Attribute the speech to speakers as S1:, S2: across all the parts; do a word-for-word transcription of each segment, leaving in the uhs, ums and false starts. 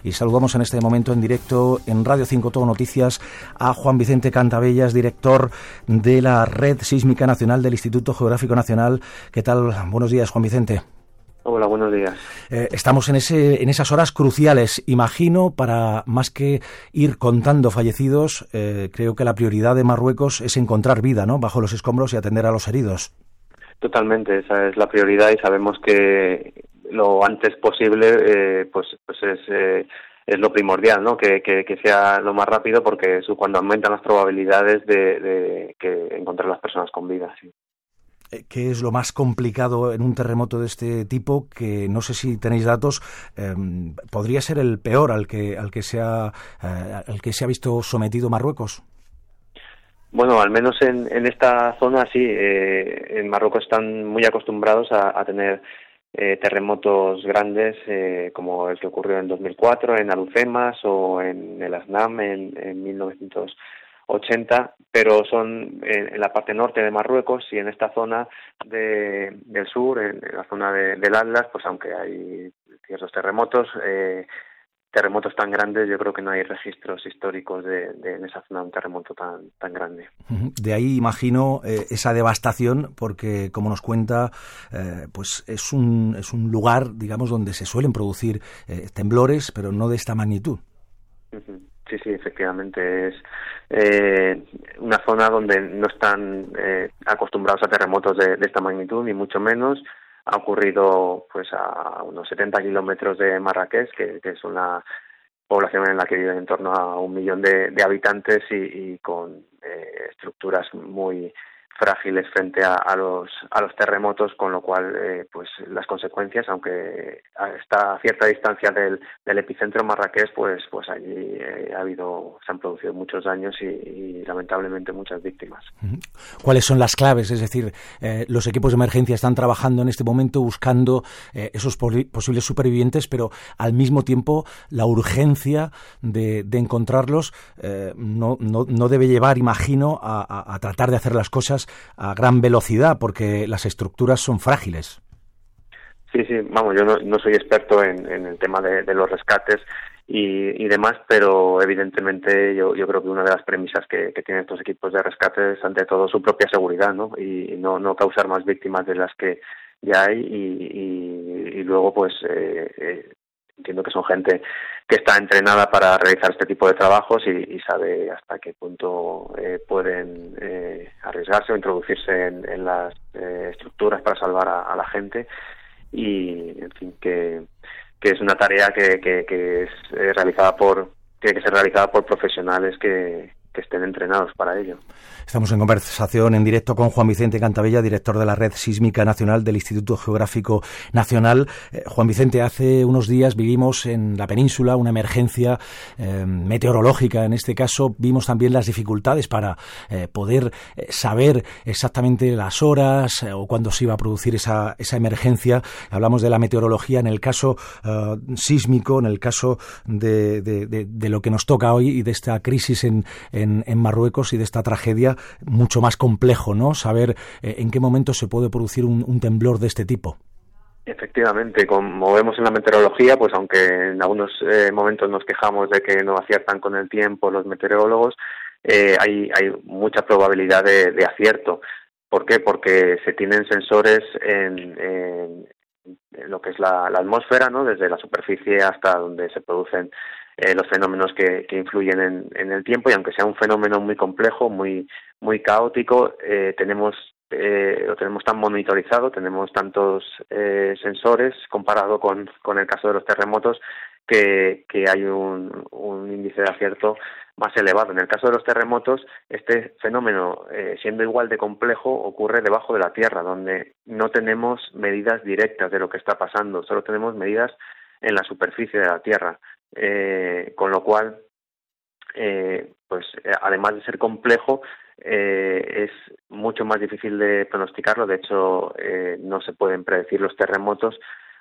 S1: y saludamos en este momento en directo en Radio cinco Todo Noticias a Juan Vicente Cantavellas, director de la Red Sísmica Nacional del Instituto Geográfico Nacional. ¿Qué tal? Buenos días, Juan Vicente.
S2: Hola, buenos días.
S1: Eh, estamos en ese en esas horas cruciales, imagino, para más que ir contando fallecidos, eh, creo que la prioridad de Marruecos es encontrar vida, ¿no?, bajo los escombros y atender a los heridos.
S2: Totalmente, esa es la prioridad y sabemos que lo antes posible eh, pues pues es eh, es lo primordial, ¿no?, que, que, que sea lo más rápido, porque es cuando aumentan las probabilidades de, de que encontrar las personas con vida, sí.
S1: ¿Qué es lo más complicado en un terremoto de este tipo? Que no sé si tenéis datos, eh, podría ser el peor al que al que se ha eh, al que se ha visto sometido Marruecos.
S2: Bueno, al menos en, en esta zona sí. Eh, en Marruecos están muy acostumbrados a, a tener eh, terremotos grandes, eh, como el que ocurrió en dos mil cuatro en Alhucemas o en el Asnam en, en mil novecientos ochenta, pero son en, en la parte norte de Marruecos, y en esta zona de, del sur, en, en la zona de, del Atlas, pues aunque hay ciertos terremotos, eh, terremotos tan grandes, yo creo que no hay registros históricos de, de en esa zona un terremoto tan tan grande.
S1: De ahí imagino eh, esa devastación, porque como nos cuenta, eh, pues es un es un lugar, digamos, donde se suelen producir eh, temblores, pero no de esta magnitud.
S2: Uh-huh. Sí, sí, efectivamente es eh, una zona donde no están eh, acostumbrados a terremotos de, de esta magnitud, ni mucho menos. Ha ocurrido pues a unos setenta kilómetros de Marrakech, que, que es una población en la que viven en torno a un millón de, de habitantes y, y con eh, estructuras muy frágiles frente a, a los a los terremotos, con lo cual eh, pues las consecuencias, aunque está a cierta distancia del, del epicentro Marrakech, pues pues allí eh, ha habido se han producido muchos daños y, y lamentablemente muchas víctimas.
S1: ¿Cuáles son las claves? Es decir, eh, los equipos de emergencia están trabajando en este momento buscando eh, esos posibles supervivientes, pero al mismo tiempo la urgencia de, de encontrarlos eh, no, no no debe llevar, imagino, a, a, a tratar de hacer las cosas a gran velocidad, porque las estructuras son frágiles.
S2: Sí, sí, vamos, yo no, no soy experto en, en el tema de, de los rescates y, y demás, pero evidentemente yo, yo creo que una de las premisas que, que tienen estos equipos de rescate es ante todo su propia seguridad, ¿no? Y, y no, no causar más víctimas de las que ya hay y, y, y luego pues eh, eh, entiendo que son gente que está entrenada para realizar este tipo de trabajos y, y sabe hasta qué punto eh, pueden eh, arriesgarse o introducirse en, en las eh, estructuras para salvar a, a la gente, y en fin que, que es una tarea que, que, que es eh, realizada por tiene que ser realizada por profesionales que que estén entrenados para ello.
S1: Estamos en conversación en directo con Juan Vicente Cantavellas, director de la Red Sísmica Nacional del Instituto Geográfico Nacional. Eh, Juan Vicente, hace unos días vivimos en la península una emergencia eh, meteorológica. En este caso vimos también las dificultades para eh, poder eh, saber exactamente las horas eh, o cuándo se iba a producir esa, esa emergencia. Hablamos de la meteorología en el caso eh, sísmico, en el caso de, de, de, de lo que nos toca hoy y de esta crisis en, en En, en Marruecos y de esta tragedia, mucho más complejo, ¿no? Saber eh, en qué momento se puede producir un, un temblor de este tipo.
S2: Efectivamente, como vemos en la meteorología, pues aunque en algunos eh, momentos nos quejamos de que no aciertan con el tiempo los meteorólogos, eh, hay, hay mucha probabilidad de, de acierto. ¿Por qué? Porque se tienen sensores en, en, en lo que es la, la atmósfera, ¿no? Desde la superficie hasta donde se producen Eh, los fenómenos que, que influyen en, en el tiempo, y aunque sea un fenómeno muy complejo, muy muy caótico, eh, tenemos eh, lo tenemos tan monitorizado, tenemos tantos eh, sensores comparado con, con el caso de los terremotos, que, que hay un, un índice de acierto más elevado. En el caso de los terremotos, este fenómeno, eh, siendo igual de complejo, ocurre debajo de la tierra, donde no tenemos medidas directas de lo que está pasando, solo tenemos medidas en la superficie de la tierra. Eh, con lo cual, eh, pues eh, además de ser complejo, eh, es mucho más difícil de pronosticarlo. De hecho, eh, no se pueden predecir los terremotos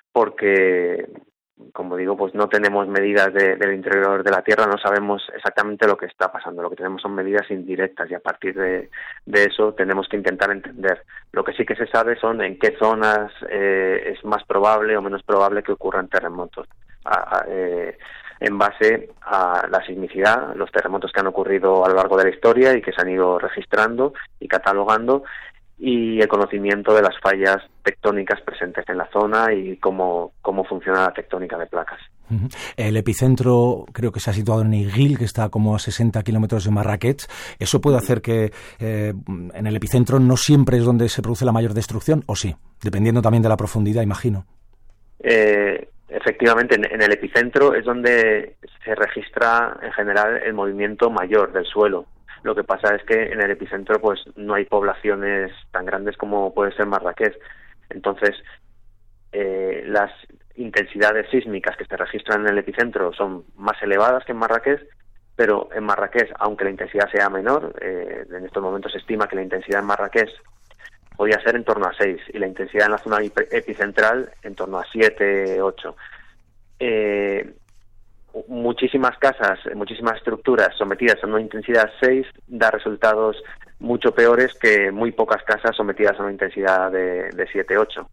S2: porque, como digo, pues no tenemos medidas de, del interior de la Tierra, no sabemos exactamente lo que está pasando. Lo que tenemos son medidas indirectas y a partir de, de eso tenemos que intentar entender. Lo que sí que se sabe son en qué zonas eh, es más probable o menos probable que ocurran terremotos. A, a, eh, en base a la sismicidad, los terremotos que han ocurrido a lo largo de la historia y que se han ido registrando y catalogando, y el conocimiento de las fallas tectónicas presentes en la zona y cómo, cómo funciona la tectónica de placas.
S1: Uh-huh. El epicentro creo que se ha situado en Iguil, que está como a sesenta kilómetros de Marrakech. ¿Eso puede hacer que eh, en el epicentro no siempre es donde se produce la mayor destrucción, o sí? Dependiendo también de la profundidad, imagino.
S2: Eh, efectivamente, en, en el epicentro es donde se registra en general el movimiento mayor del suelo. Lo que pasa es que en el epicentro pues no hay poblaciones tan grandes como puede ser Marrakech. Entonces, eh, las intensidades sísmicas que se registran en el epicentro son más elevadas que en Marrakech, pero en Marrakech, aunque la intensidad sea menor, eh, en estos momentos se estima que la intensidad en Marrakech podía ser en torno a seis y la intensidad en la zona epicentral en torno a siete, ocho. Eh, muchísimas casas, muchísimas estructuras sometidas a una intensidad seis da resultados mucho peores que muy pocas casas sometidas a una intensidad de, de siete, ocho.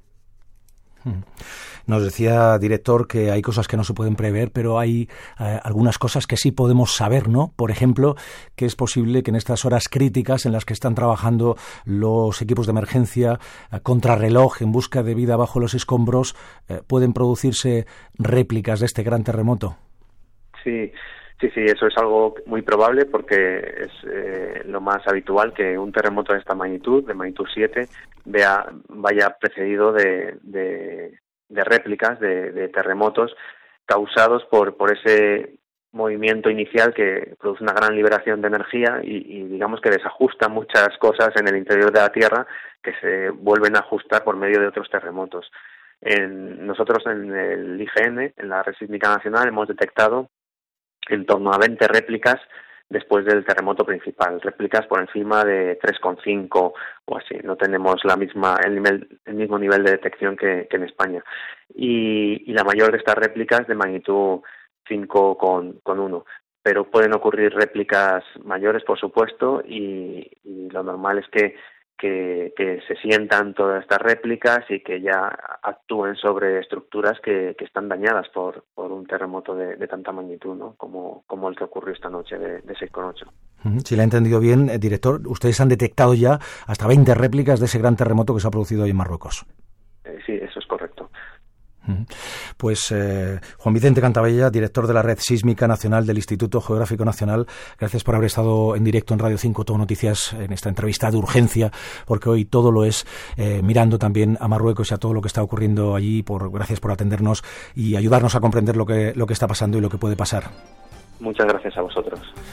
S1: Nos decía, director, que hay cosas que no se pueden prever, pero hay eh, algunas cosas que sí podemos saber, ¿no? Por ejemplo, que es posible que en estas horas críticas en las que están trabajando los equipos de emergencia eh, contrarreloj en busca de vida bajo los escombros, eh, pueden producirse réplicas de este gran terremoto.
S2: Sí, sí, sí, eso es algo muy probable porque es eh, lo más habitual que un terremoto de esta magnitud, de magnitud siete, vea, vaya precedido de, de, de réplicas de, de terremotos causados por, por ese movimiento inicial que produce una gran liberación de energía y, y digamos que desajusta muchas cosas en el interior de la Tierra que se vuelven a ajustar por medio de otros terremotos. En, nosotros en el I G N, en la Red Sísmica Nacional, hemos detectado en torno a veinte réplicas después del terremoto principal, réplicas por encima de tres coma cinco o así. No tenemos la misma el nivel el mismo nivel de detección que, que en España. Y, y la mayor de estas réplicas de magnitud cinco coma uno. Pero pueden ocurrir réplicas mayores, por supuesto, y, y lo normal es que Que, que se sientan todas estas réplicas y que ya actúen sobre estructuras que, que están dañadas por, por un terremoto de, de tanta magnitud, ¿no? Como, como el que ocurrió esta noche de, de seis coma ocho.
S1: Si le he entendido bien, eh, director, ustedes han detectado ya hasta veinte réplicas de ese gran terremoto que se ha producido hoy en Marruecos.
S2: Eh, sí, eso es correcto.
S1: Pues eh, Juan Vicente Cantavella, director de la Red Sísmica Nacional del Instituto Geográfico Nacional, gracias por haber estado en directo en Radio cinco Todo Noticias en esta entrevista de urgencia, porque hoy todo lo es, eh, mirando también a Marruecos y a todo lo que está ocurriendo allí. Por, gracias por atendernos y ayudarnos a comprender lo que, lo que está pasando y lo que puede pasar.
S2: Muchas gracias a vosotros.